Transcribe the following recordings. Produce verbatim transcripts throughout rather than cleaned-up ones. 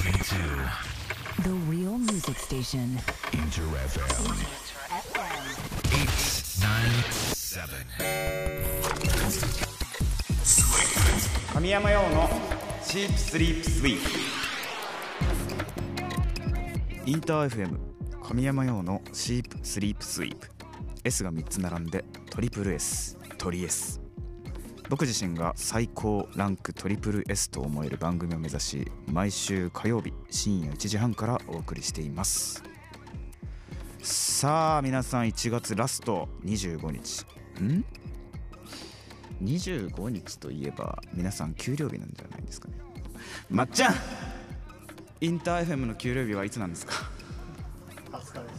listening to The Real Music Station. Inter エフエム エイトナインセブン。 神山陽のシープスリープスイープ。インター エフエム 神山陽のシープスリープスイープ。 S がみっつ並んでトリプル S トリ S。 僕自身が最高ランクトリプル S と思える番組を目指し、毎週火曜日深夜いちじはんからお送りしています。さあ皆さん、いちがつラストにじゅうごにちんにじゅうごにちといえば皆さん給料日なんじゃないですかね。まっちゃん、インター エフエム の給料日はいつなんですか？ はつかです。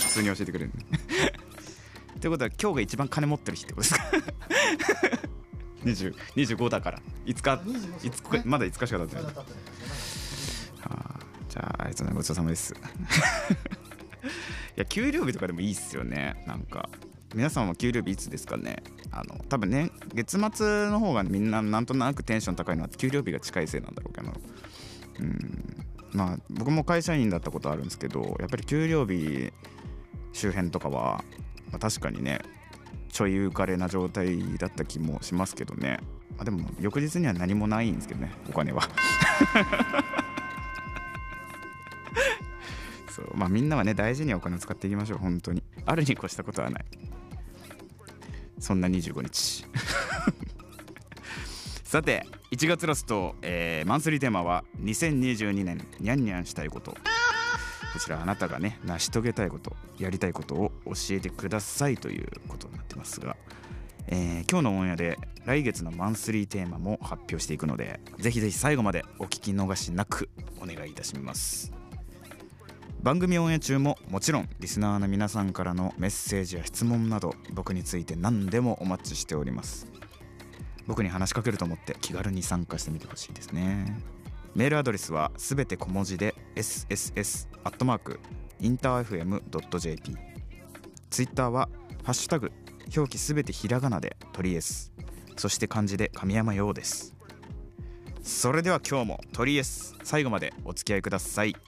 普通に教えてくれるねということは今日が一番金持ってる日ってことですか？にじゅう、にじゅうごだからいつか、いつかまだいつかしか経ってない。はあ、じゃあありがとうございます。ごちそうさまですいや給料日とかでもいいっすよね。なんか皆さんは給料日いつですかね。あの多分ね、月末の方がみんななんとなくテンション高いのは給料日が近いせいなんだろうけど、うんまあ僕も会社員だったことあるんですけど、やっぱり給料日周辺とかは、まあ、確かにねちょい浮かれな状態だった気もしますけどね。まあ、でも翌日には何もないんですけどね、お金はそうまあみんなはね大事にお金を使っていきましょう。本当にあるに越したことはない、そんなにじゅうごにちさていちがつラスト、えー、マンスリーテーマはにせんにじゅうにねんニャンニャンしたいこと。こちらあなたがね成し遂げたいこと、やりたいことを教えてくださいということになってますが、えー、今日のオンエアで来月のマンスリーテーマも発表していくので、ぜひぜひ最後までお聞き逃しなくお願いいたします。番組オンエア中ももちろんリスナーの皆さんからのメッセージや質問など僕について何でもお待ちしております。僕に話しかけると思って気軽に参加してみてほしいですね。メールアドレスはすべて小文字で エスエスエス アットマーク インターエフエム ドット ジェーピー。 ツイッターはハッシュタグ表記すべてひらがなでトリエス、そして漢字で神山陽です。それでは今日もトリエス最後までお付き合いください。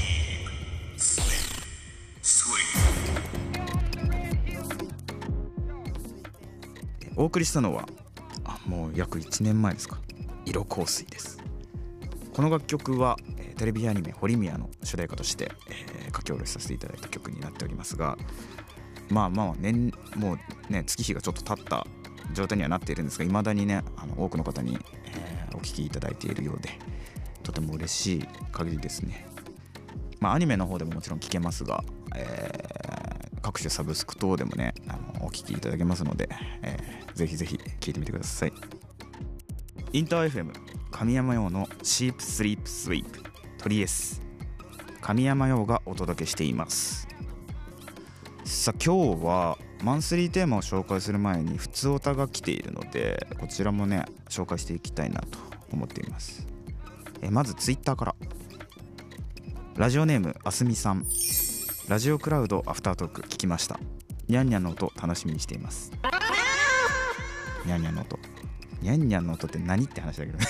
お送りしたのはあもう約いちねんまえですか、色香水です。この楽曲は、えー、テレビアニメ堀宮の主題歌として、えー、書き下ろしさせていただいた曲になっておりますが、まあまあ年もうね月日がちょっと経った状態にはなっているんですが、未だにねあの多くの方に、えー、お聴きいただいているようで、とても嬉しい限りですね。まあアニメの方でももちろん聴けますが、えー、各種サブスク等でもねあのお聴きいただけますので、えー、ぜひぜひ聴いてみてください。インター エフエム 神山陽のシープスリープスイープトリエス、神山陽がお届けしています。さあ今日はマンスリーテーマを紹介する前に普通オタが来ているので、こちらもね紹介していきたいなと思っています。えまずツイッターから、ラジオネームあすみさん。ラジオクラウドアフタートーク聞きました。ニャンニャンの音楽しみにしています。ニャンニャンの音ニャンニャンの音って何って話だけどね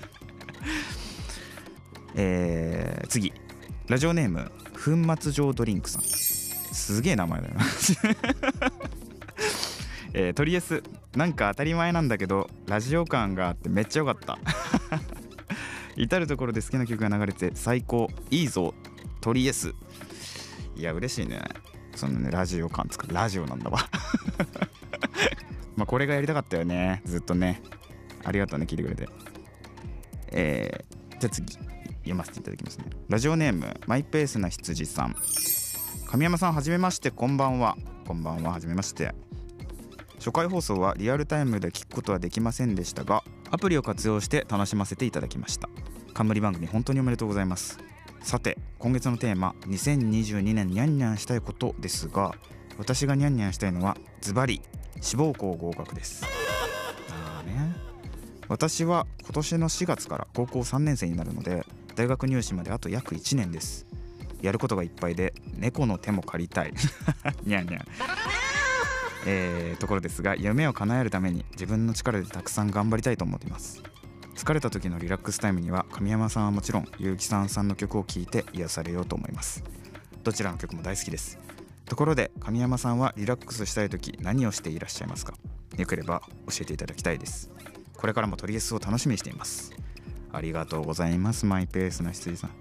えー、次ラジオネーム粉末状ドリンクさん。すげえ名前だよなえー、とりあえずなんか当たり前なんだけどラジオ感があってめっちゃ良かった至る所で好きな曲が流れて最高、いいぞとりあえず。いや嬉しいね、そのねラジオ感つかラジオなんだわまあこれがやりたかったよねずっとね。ありがとうね聞いてくれて。えー、じゃあ次読ませていただきますね。ラジオネームマイペースな羊さん。神山さんはじめまして、こんばんは。こんばんは、はじめまして。初回放送はリアルタイムで聞くことはできませんでしたが、アプリを活用して楽しませていただきました。冠番組本当におめでとうございます。さて今月のテーマにせんにじゅうにねんニャンニャンしたいことですが、私がニャンニャンしたいのはズバリ志望校合格です。あーね、私は今年のしがつから高校さんねん生になるので、大学入試まであと約いちねんです。やることがいっぱいで猫の手も借りたいニャンニャン、えー、ところですが、夢を叶えるために自分の力でたくさん頑張りたいと思っています。 疲れた時のリラックスタイムには神山さんはもちろん結城さんさんの曲を聴いて癒されようと思います。どちらの曲も大好きです。ところで神山さんはリラックスしたい時何をしていらっしゃいますか？よければ教えていただきたいです。これからもトリエスを楽しみにしています。ありがとうございます。マイペースな羊さん。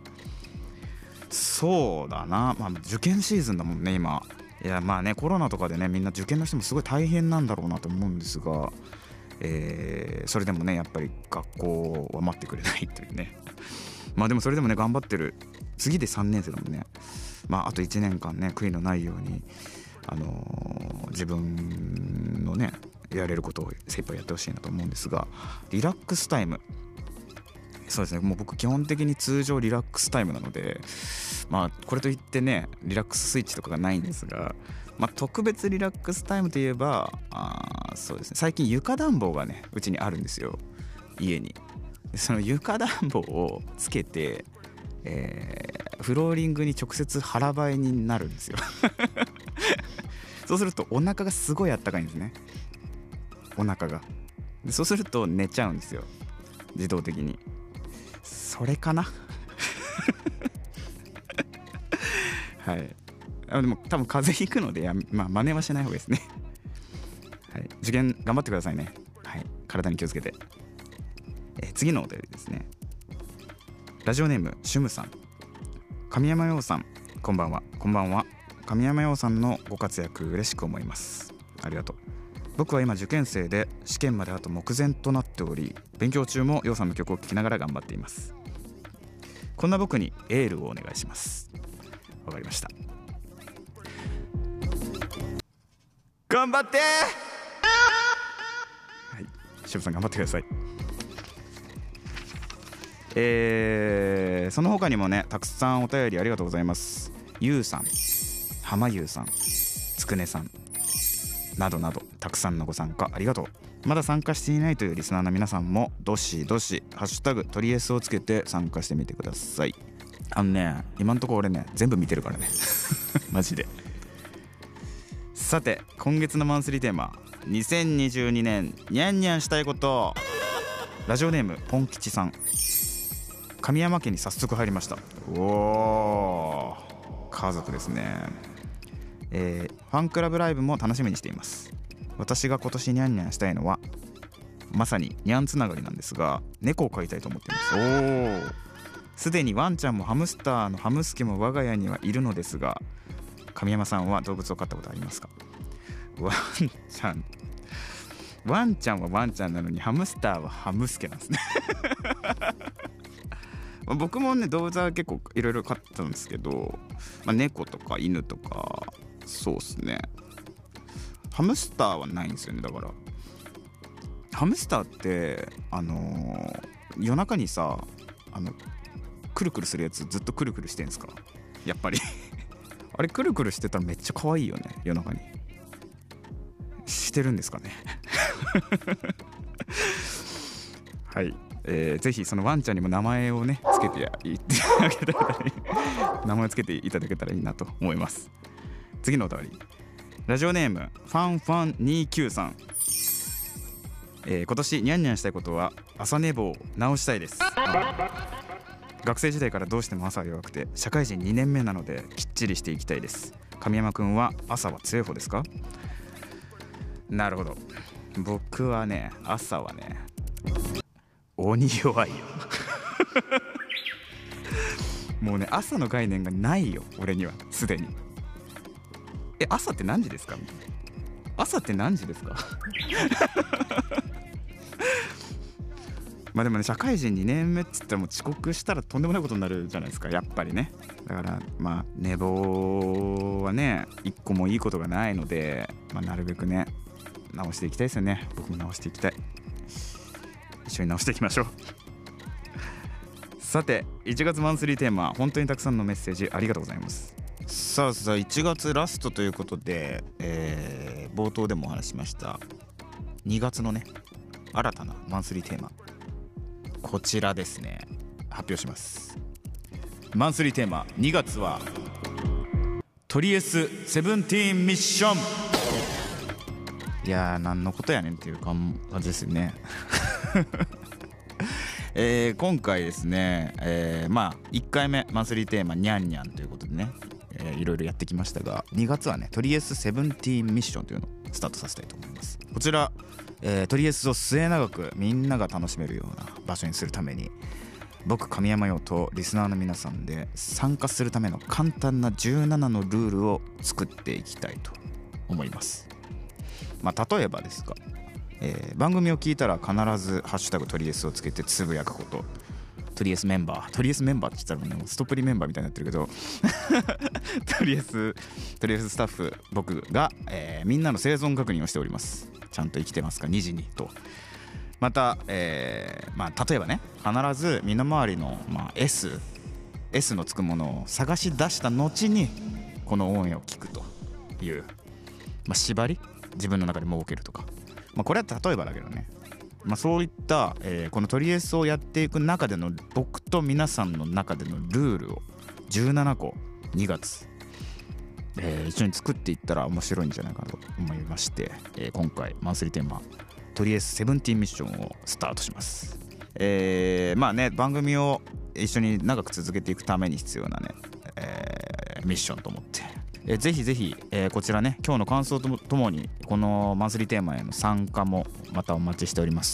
そうだな、まあ、受験シーズンだもんね今。いやまあねコロナとかでねみんな受験の人もすごい大変なんだろうなと思うんですが、えー、それでもねやっぱり学校は待ってくれないというねまあでもそれでもね頑張ってる。次でさんねん生だもんね。まああといちねんかんね悔いのないように、あのー、自分のねやれることを精一杯やってほしいなと思うんですが、リラックスタイム、そうですね、もう僕基本的に通常リラックスタイムなので、まあこれといってねリラックススイッチとかがないんですが、まあ特別リラックスタイムといえば、あそうですね、最近床暖房がねうちにあるんですよ、家に。その床暖房をつけて、えー、フローリングに直接腹ばいになるんですよそうするとお腹がすごいあったかいんですね、お腹が。でそうすると寝ちゃうんですよ自動的に。それかなはい。あでも多分風邪ひくのでや、まあ、真似はしない方がいいですねはい、受験頑張ってくださいね。はい、体に気をつけて。えー、次のお便りですね。ラジオネームシュムさん。神山陽さんこんばんは。こんばんは。神山陽さんのご活躍嬉しく思います。ありがとう。僕は今受験生で試験まであと目前となっており、勉強中も陽さんの曲を聴きながら頑張っています。こんな僕にエールをお願いします。わかりました。頑張ってー。はい、シュムさん頑張ってください。えー、その他にもねたくさんお便りありがとうございます。ゆうさん、浜ゆうさん、つくねさんなどなどたくさんのご参加ありがとう。まだ参加していないというリスナーの皆さんもどしどしハッシュタグトリエスをつけて参加してみてください。あのね今んとこ俺ね全部見てるからねマジで。さて今月のマンスリーテーマ、にせんにじゅうにねんニャンニャンしたいこと。ラジオネームポン吉さん。神山家に早速入りました。おー、家族ですね。えー、ファンクラブライブも楽しみにしています。私が今年ニャンニャンしたいのはまさにニャンつながりなんですが、猫を飼いたいと思っています。おー、すでにワンちゃんもハムスターのハムスケも我が家にはいるのですが、神山さんは動物を飼ったことありますか？ワンちゃんワンちゃんはワンちゃんなのにハムスターはハムスケなんですね僕もね動物は結構いろいろ飼ってたんですけど、まあ、猫とか犬とかそうっすね。ハムスターはないんですよね。だからハムスターってあのー、夜中にさあのくるくるするやつずっとくるくるしてんすかやっぱりあれくるくるしてたらめっちゃ可愛いよね。夜中にしてるんですかねはい、えー、ぜひそのワンちゃんにも名前をねつけていってあげたらいい名前をつけていただけたらいいなと思います。次のお便り、ラジオネームファンファンにじゅうきゅうさん。えー、今年ニャンニャンしたいことは朝寝坊を直したいです。学生時代からどうしても朝は弱くて社会人にねんめなのできっちりしていきたいです。神山くんは朝は強い方ですか？なるほど。僕はね朝はね鬼弱いよもうね朝の概念がないよ俺にはすでに。え朝って何時ですか？朝って何時ですかまあでもね社会人にねんめっつったらもう遅刻したらとんでもないことになるじゃないですかやっぱりね。だからまあ寝坊はね一個もいいことがないので、まあ、なるべくね直していきたいですよね。僕も直していきたい。一緒に直していきましょうさていちがつマンスリーテーマ、本当にたくさんのメッセージありがとうございます。さあさあいちがつラストということで、えー、冒頭でもお話ししましたにがつのね新たなマンスリーテーマ、こちらですね、発表します。マンスリーテーマにがつはトリエスセブンティーンミッション。いやー何のことやねんっていう感じですよねえー、今回ですね、えー、まあいっかいめマンスリーテーマニャンニャンということでね、えー、いろいろやってきましたが、にがつはねトリエスセブンティーンミッションというのをスタートさせたいと思います。こちら、えー、トリエスを末永くみんなが楽しめるような場所にするために、僕神山陽とリスナーの皆さんで参加するための簡単なじゅうななのルールを作っていきたいと思います。まあ例えばですが、えー、番組を聞いたら必ずハッシュタグトリエスをつけてつぶやくこと。トリエスメンバートリエスメンバーって言ったらもうストプリメンバーみたいになってるけどトリエストリエススタッフ僕が、えー、みんなの生存確認をしております。ちゃんと生きてますかにじにと。また、えーまあ、例えばね必ず身の回りの、まあ、S, S のつくものを探し出した後にこの音源を聞くという、まあ、縛り自分の中で設けるとか、まあ、これは例えばだけどね、まあ、そういった、えー、このトリエスをやっていく中での僕と皆さんの中でのルールをじゅうななこにがつ、えー、一緒に作っていったら面白いんじゃないかなと思いまして、えー、今回マンスリーテーマトリエスセブンティーンミッションをスタートします。えー、まあね番組を一緒に長く続けていくために必要なね、えー、ミッションと思って、えー、ぜひぜひ、えー、こちらね今日の感想とともにこのマンスリーテーマへの参加もまたお待ちしております。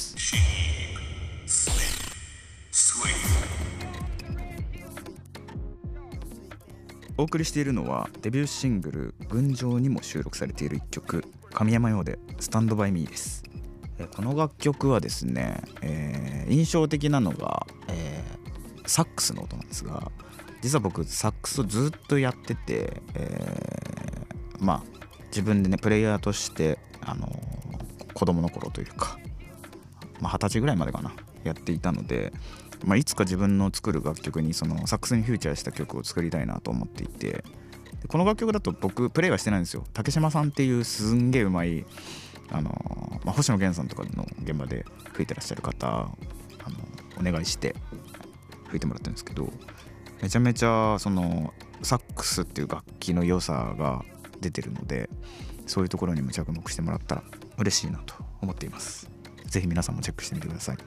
お送りしているのはデビューシングル「群青」にも収録されているいっきょく神山陽でスタンドバイミーです。この楽曲はですね、えー、印象的なのが、えー、サックスの音なんですが、実は僕サックスをずっとやってて、えー、まあ自分でねプレイヤーとして、あのー、子供の頃というか、まあ、はたちぐらいまでかなやっていたので、まあ、いつか自分の作る楽曲にそのサックスにフューチャーした曲を作りたいなと思っていて、でこの楽曲だと僕プレイはしてないんですよ。竹島さんっていうすんげえうまいあのーまあ、星野源さんとかの現場で吹いてらっしゃる方、あのお願いして吹いてもらってるんですけど、めちゃめちゃそのサックスっていう楽器の良さが出てるので、そういうところにも着目してもらったら嬉しいなと思っています。ぜひ皆さんもチェックしてみてください。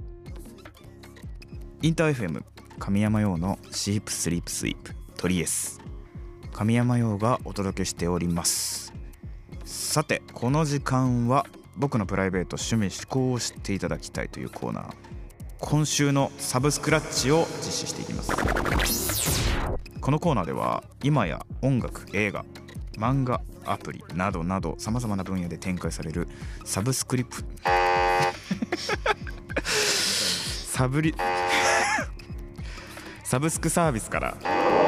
インター エフエム 神山陽のシープスリープスイープトリエス、神山陽がお届けしております。さてこの時間は僕のプライベート趣味思考を知っていただきたいというコーナー、今週のサブスクラッチを実施していきます。このコーナーでは今や音楽、映画、漫画、アプリなどなどさまざまな分野で展開されるサブスクリプサブリサブスクサービスから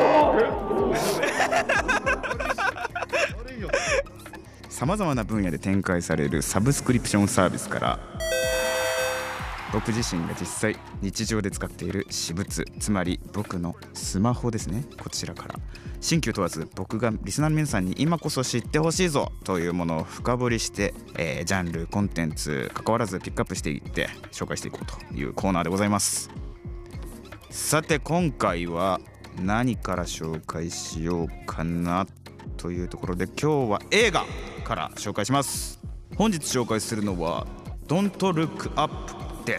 さまざまな分野で展開されるサブスクリプションサービスから、僕自身が実際日常で使っている私物、つまり僕のスマホですね、こちらから新旧問わず僕がリスナーの皆さんに今こそ知ってほしいぞというものを深掘りして、えー、ジャンル、コンテンツ関わらずピックアップしていって紹介していこうというコーナーでございます。さて今回は何から紹介しようかなというところで、今日は映画から紹介します。本日紹介するのは Don't Look Up です。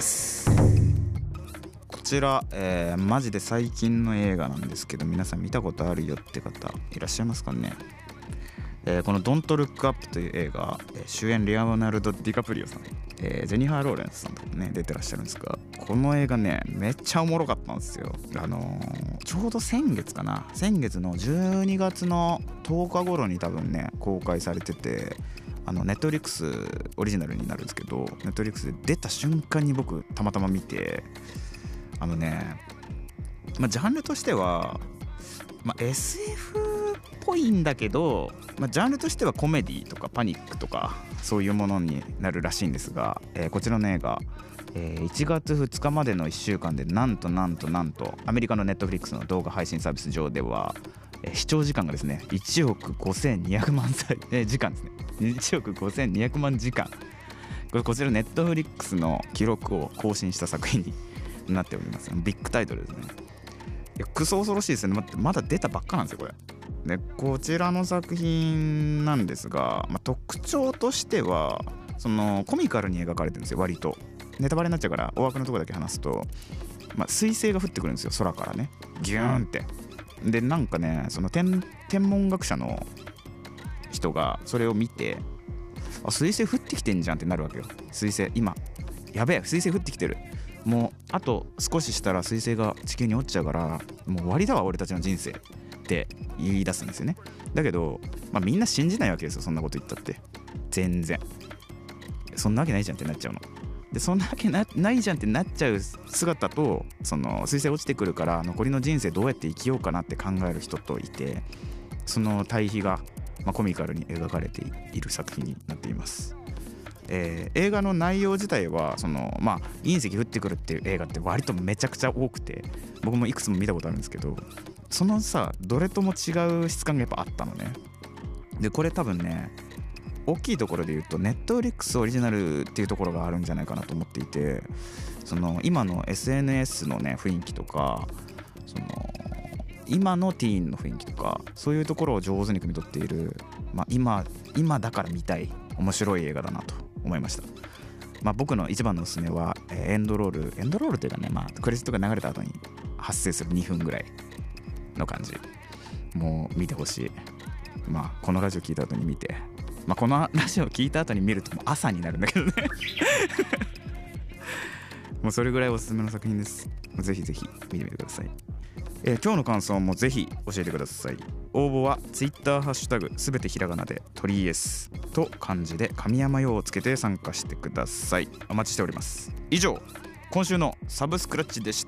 こちら、えー、マジで最近の映画なんですけど、皆さん見たことあるよって方いらっしゃいますかね。えー、この Don't Look Up という映画、えー、主演レオナルド・ディカプリオさん、えー、ジェニファー・ローレンスさんとかもね出てらっしゃるんですが、この映画ねめっちゃおもろかったんですよ。あのー、ちょうど先月かな先月のじゅうにがつのとおか頃に多分ね公開されてて、あのネットフリックスオリジナルになるんですけど、ネットフリックスで出た瞬間に僕たまたま見て、あのね、まあ、ジャンルとしては、まあ、エスエフ っぽいんだけど、まあ、ジャンルとしてはコメディとかパニックとかそういうものになるらしいんですが、えー、こちらの映画、えー、いちがつふつかまでのいっしゅうかんでなんとなんとなんとアメリカのネットフリックスの動画配信サービス上では、えー、視聴時間がですねいちおくごせんにひゃくまん、えー、時間ですねいちおくごせんにひゃくまん時間、これこちらネットフリックスの記録を更新した作品になっております。ビッグタイトルですね。いやクソ恐ろしいですね。ま, まだ出たばっかなんですよこれ。でこちらの作品なんですが、まあ、特徴としてはそのコミカルに描かれてるんですよ割と。 ネタバレになっちゃうから大枠のところだけ話すと、まあ、彗星が降ってくるんですよ、空からね、ギューンって。でなんかね、その 天, 天文学者の人がそれを見て、あ、彗星降ってきてんじゃんってなるわけよ。彗星今やべえ、彗星降ってきてる、もうあと少ししたら彗星が地球に落ちちゃうから、もう終わりだわ俺たちの人生って言い出すんですよね。だけど、まあ、みんな信じないわけですよ、そんなこと言ったって。全然そんなわけないじゃんってなっちゃうので、そんなわけ な, ないじゃんってなっちゃう姿と、その彗星落ちてくるから残りの人生どうやって生きようかなって考える人といて、その対比が、まあ、コミカルに描かれている作品になっています。えー、映画の内容自体はその、まあ、隕石降ってくるっていう映画って割とめちゃくちゃ多くて、僕もいくつも見たことあるんですけど、そのさどれとも違う質感がやっぱあったのね。でこれ多分ね、大きいところで言うとネットフリックスオリジナルっていうところがあるんじゃないかなと思っていて、その今の エスエヌエス のね雰囲気とか、その今のティーンの雰囲気とか、そういうところを上手に汲み取っている、まあ、今今だから見たい面白い映画だなと思いました。まあ、僕の一番のおすすめは、えー、エンドロールエンドロールというかね、まあ、クレジットが流れた後に発生するにふんぐらいの感じ、もう見てほしい。まあこのラジオ聞いた後に見て、まあ、このラジオ聞いた後に見るともう朝になるんだけどねもうそれぐらいおすすめの作品です。ぜひぜひ見てみてください。えー、今日の感想もぜひ教えてください。応募は Twitter ハッシュタグすべてひらがなでトリエスと漢字で神山用をつけて参加してください。お待ちしております。以上、今週のサブスクラッチでした。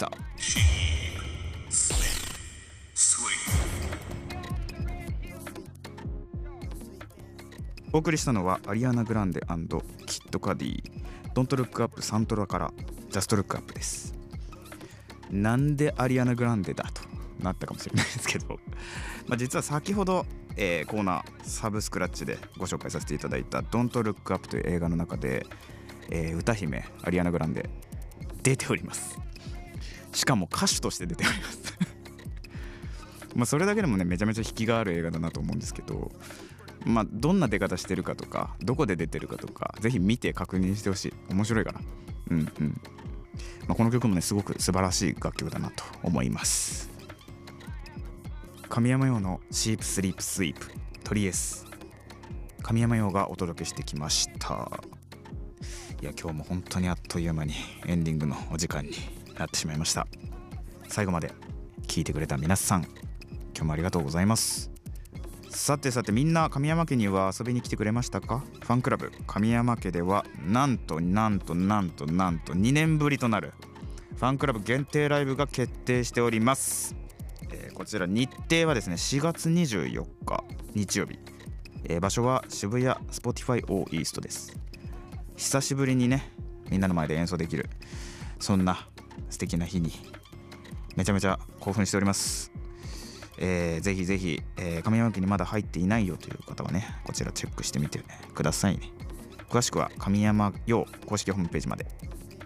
お送りしたのはアリアナ・グランデ&キッド・カディ、ドントルックアップサントラからジャストルックアップです。なんでアリアナ・グランデだとなったかもしれないですけどまあ実は先ほど、えー、コーナーサブスクラッチでご紹介させていただいたドントルックアップという映画の中で、えー、歌姫アリアナ・グランデ出ております。しかも歌手として出ておりますまあそれだけでもねめちゃめちゃ引きがある映画だなと思うんですけど、まあどんな出方してるかとかどこで出てるかとかぜひ見て確認してほしい。面白いからうんうんまあ、この曲もねすごく素晴らしい楽曲だなと思います。神山用のシープスリープスイープトリエス、神山用がお届けしてきました。いや今日も本当にあっという間にエンディングのお時間になってしまいました。最後まで聞いてくれた皆さん、今日もありがとうございます。さてさて、みんな神山家には遊びに来てくれましたか？ファンクラブ神山家ではなんとなんとなんとなんとにねんぶりとなるファンクラブ限定ライブが決定しております。えー、こちら日程はですねしがつにじゅうよっか日曜日、えー、場所は渋谷スポティファイオーイーストです。久しぶりにねみんなの前で演奏できる、そんな素敵な日にめちゃめちゃ興奮しております。えー、ぜひぜひ、えー、神山家にまだ入っていないよという方はねこちらチェックしてみてくださいね。詳しくは神山用公式ホームページまで。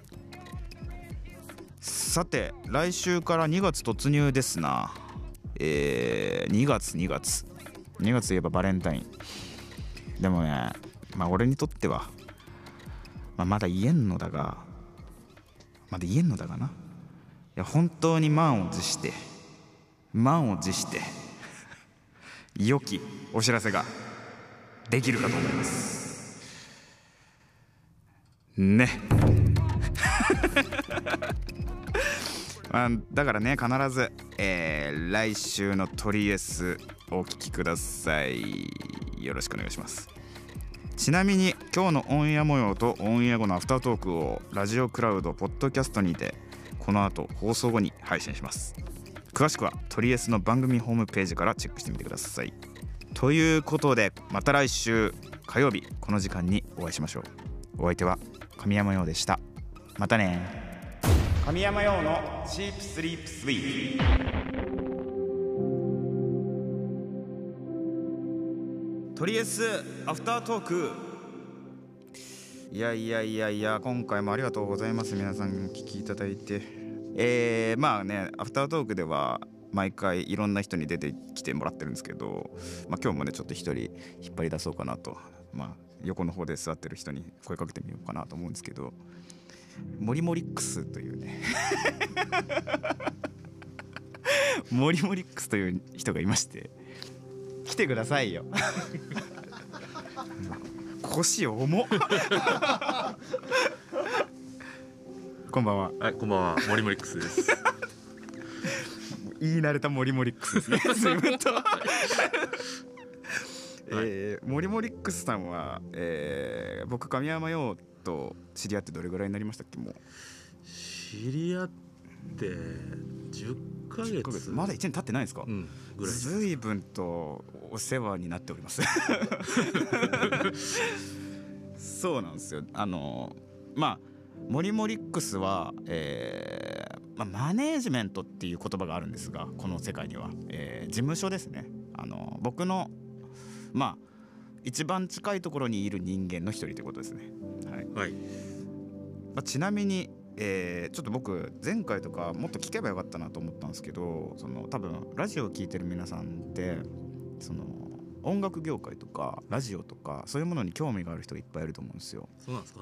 さて来週からにがつ突入ですな。えー、にがつにがつにがつといえばバレンタインでもね、まあ俺にとっては、まあ、まだ言えんのだがまだ言えんのだがないや本当に満を持して満を持して良きお知らせができるかと思いますねまあ、だからね必ず、えー、来週のトリエスお聞きください。よろしくお願いします。ちなみに今日のオンエア模様とオンエア後のアフタートークをラジオクラウドポッドキャストにてこの後放送後に配信します。詳しくはトリエスの番組ホームページからチェックしてみてください。ということでまた来週火曜日この時間にお会いしましょう。お相手は神山陽でした。またね。神山陽のチープスリープスイープトリエスアフタートーク。いやいやいやいや今回もありがとうございます。皆さんお聞きいただいて、えー、まあねアフタートークでは毎回いろんな人に出てきてもらってるんですけど、まあ、今日もねちょっと一人引っ張り出そうかなと、まあ、横の方で座ってる人に声かけてみようかなと思うんですけど、 モリモリックスというねモリモリックスという人がいまして、来てくださいよ腰重っこんばんは。 はい、こんばんは。モリモリックスです言い慣れたモリモリックスですねずっとえー、モリモリックスさんは、えー、僕神山陽と知り合ってどれぐらいになりましたっけ？もう知り合ってじゅっかげつ、 まだいちねん経ってないですか？うん、 ぐらいです。 随分とお世話になっておりますそうなんですよ。あのまあモリモリックスは、えーまあ、マネージメントっていう言葉があるんですが、この世界には、えー、事務所ですね。あの僕のまあ一番近いところにいる人間の一人ということですね。はい、はい。まあ、ちなみに、えー、ちょっと僕前回とかもっと聞けばよかったなと思ったんですけど、その多分ラジオを聞いてる皆さんってその音楽業界とかラジオとかそういうものに興味がある人がいっぱいいると思うんですよ。 そうなんですか？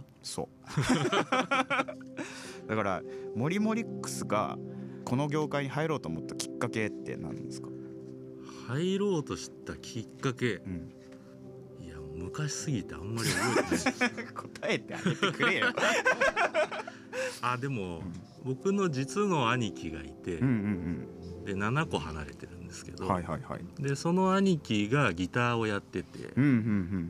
そうだからモリモリックスがこの業界に入ろうと思ったきっかけって何ですか？ 入ろうとしたきっかけ、うん、いや昔すぎてあんまり覚えてない答えてあげてくれよあでも、うん、僕の実の兄貴がいて、うんうんうん、でななこ離れてるんですけど、はいはいはい、でその兄貴がギターをやってて、うんうんうん、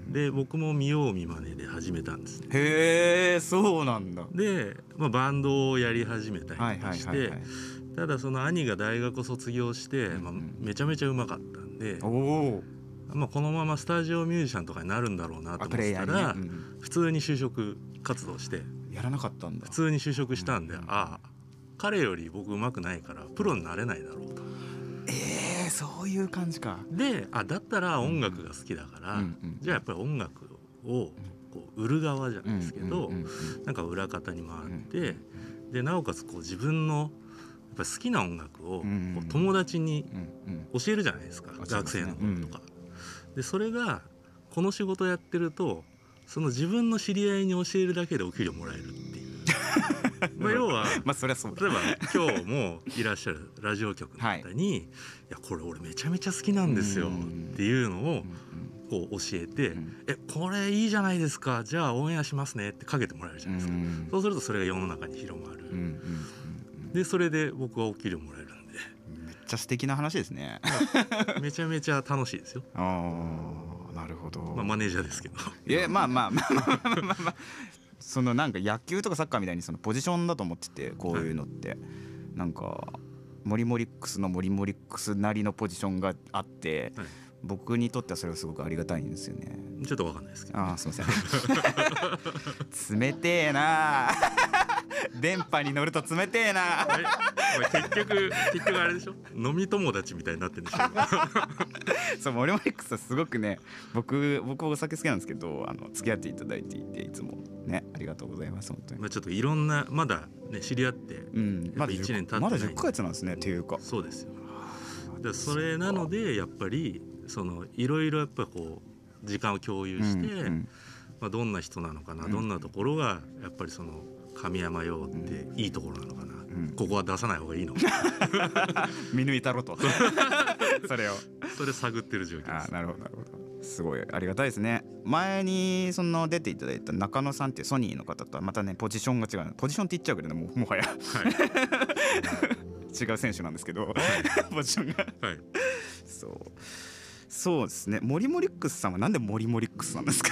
で僕も見よう見まねで始めたんですね。 へえ、そうなんだ。 で、まあ、バンドをやり始めたりとかして、はいはいはいはい、ただその兄が大学を卒業して、まあ、めちゃめちゃうまかったんで、お、まあ、このままスタジオミュージシャンとかになるんだろうなと思ってたら、ね、うん、普通に就職活動してやらなかったんだ。 普通に就職したんで、うん、ああ彼より僕うまくないからプロになれないだろうと。 えー、そういう感じか。 で、あだったら音楽が好きだから、うんうん、じゃあやっぱり音楽をこう売る側じゃないですけど、うんうんうんうん、なんか裏方に回って、うん、でなおかつこう自分のやっぱ好きな音楽をこう友達に教えるじゃないですか、うんうん、学生の頃とか、うん、でそれがこの仕事やってるとその自分の知り合いに教えるだけでお給料もらえるっていうまあ要は、 まあそりゃそうだ。 例えば今日もいらっしゃるラジオ局の方に、はい、いやこれ俺めちゃめちゃ好きなんですよっていうのをこう教えて、うん、えこれいいじゃないですか、じゃあオンエアしますねってかけてもらえるじゃないですか、うん、そうするとそれが世の中に広まる、うんうん、でそれで僕はお給料もらえるんでめっちゃ素敵な話ですねめちゃめちゃ楽しいですよ。 ああ、なるほど。 まあマネージャーですけどいやまあまあまあまあまあまあまあそのなんか野球とかサッカーみたいにそのポジションだと思ってて、こういうのって、はい、なんかモリモリックスのモリモリックスなりのポジションがあって、はい、僕にとってはそれはすごくありがたいんですよね。 ちょっと分かんないですけど、 ああすいません冷てえな電波に乗ると冷てえな、はい、 結局結局あれでしょ、飲み友達みたいになってるんでしょそうモリモリックスはすごくね、僕僕お酒好きなんですけど、あの付き合っていただいていていつもねありがとうございます本当に。 まあ、ちょっといろんなまだね知り合って、うん、まだいちねん経ってない、 まだじゅっかげつなんですねっていうか。 そうですよ。だそれなのでやっぱりそのいろいろやっぱこう時間を共有して、うんうん、まあ、どんな人なのかな、うん、どんなところがやっぱりその神山陽っていいところなのかな、うん、ここは出さない方がいいのか見抜いたろとそれをそれ探ってる状況です。 あ、なるほどなるほど、すごいありがたいですね。前にその出ていただいた中野さんっていうソニーの方とはまたねポジションが違う、ポジションって言っちゃうけどね、もうもはや、はい、違う選手なんですけど、はい、ポジションが、はい、そうそうですね。モリモリックスさんはなんでモリモリックスなんですか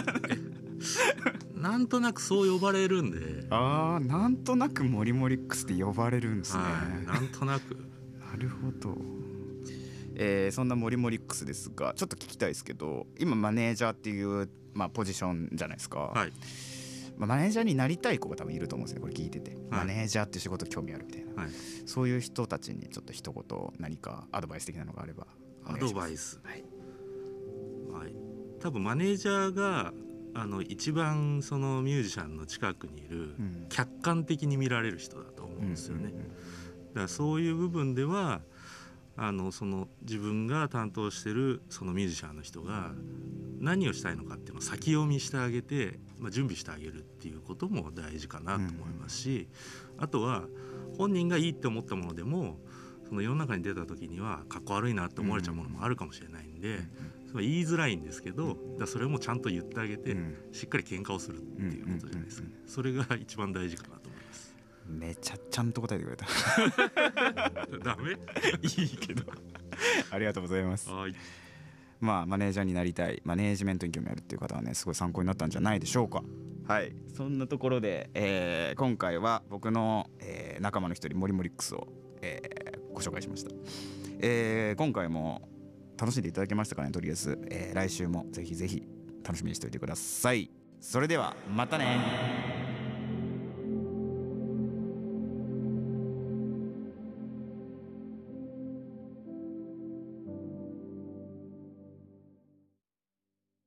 なんとなくそう呼ばれるんで。 ああ、なんとなくモリモリックスって呼ばれるんですね、 はい、なんとなくなるほど。えー、そんなモリモリックスですが、ちょっと聞きたいですけど、今マネージャーっていう、まあ、ポジションじゃないですか、はい、まあ、マネージャーになりたい子が多分いると思うんですね、これ聞いてて、はい、マネージャーっていう仕事興味あるみたいな、はい、そういう人たちにちょっと一言何かアドバイス的なのがあればお願いします。 アドバイス、はいはい、多分マネージャーがあの一番そのミュージシャンの近くにいる、うん、客観的に見られる人だと思うんですよね、うんうんうん、だからそういう部分ではあのその自分が担当してるそのミュージシャンの人が何をしたいのかっていうのを先読みしてあげて、まあ、準備してあげるっていうことも大事かなと思いますし、あとは本人がいいって思ったものでもその世の中に出た時にはかっこ悪いなって思われちゃうものもあるかもしれないんで、それは言いづらいんですけど、だからそれもちゃんと言ってあげてしっかり喧嘩をするっていうことじゃないですかね。それが一番大事かなと思います。 めちゃちゃんと答えてくれたダメいいけどありがとうございます。 はい。 まあマネージャーになりたい、マネージメントに興味あるっていう方はねすごい参考になったんじゃないでしょうか。はい、そんなところで、えー、今回は僕の、えー、仲間の一人モリモリックスを、えー、ご紹介しました。えー、今回も楽しんでいただけましたかね。とりあえず、えー、来週もぜひぜひ楽しみにしておいてください。それではまたね。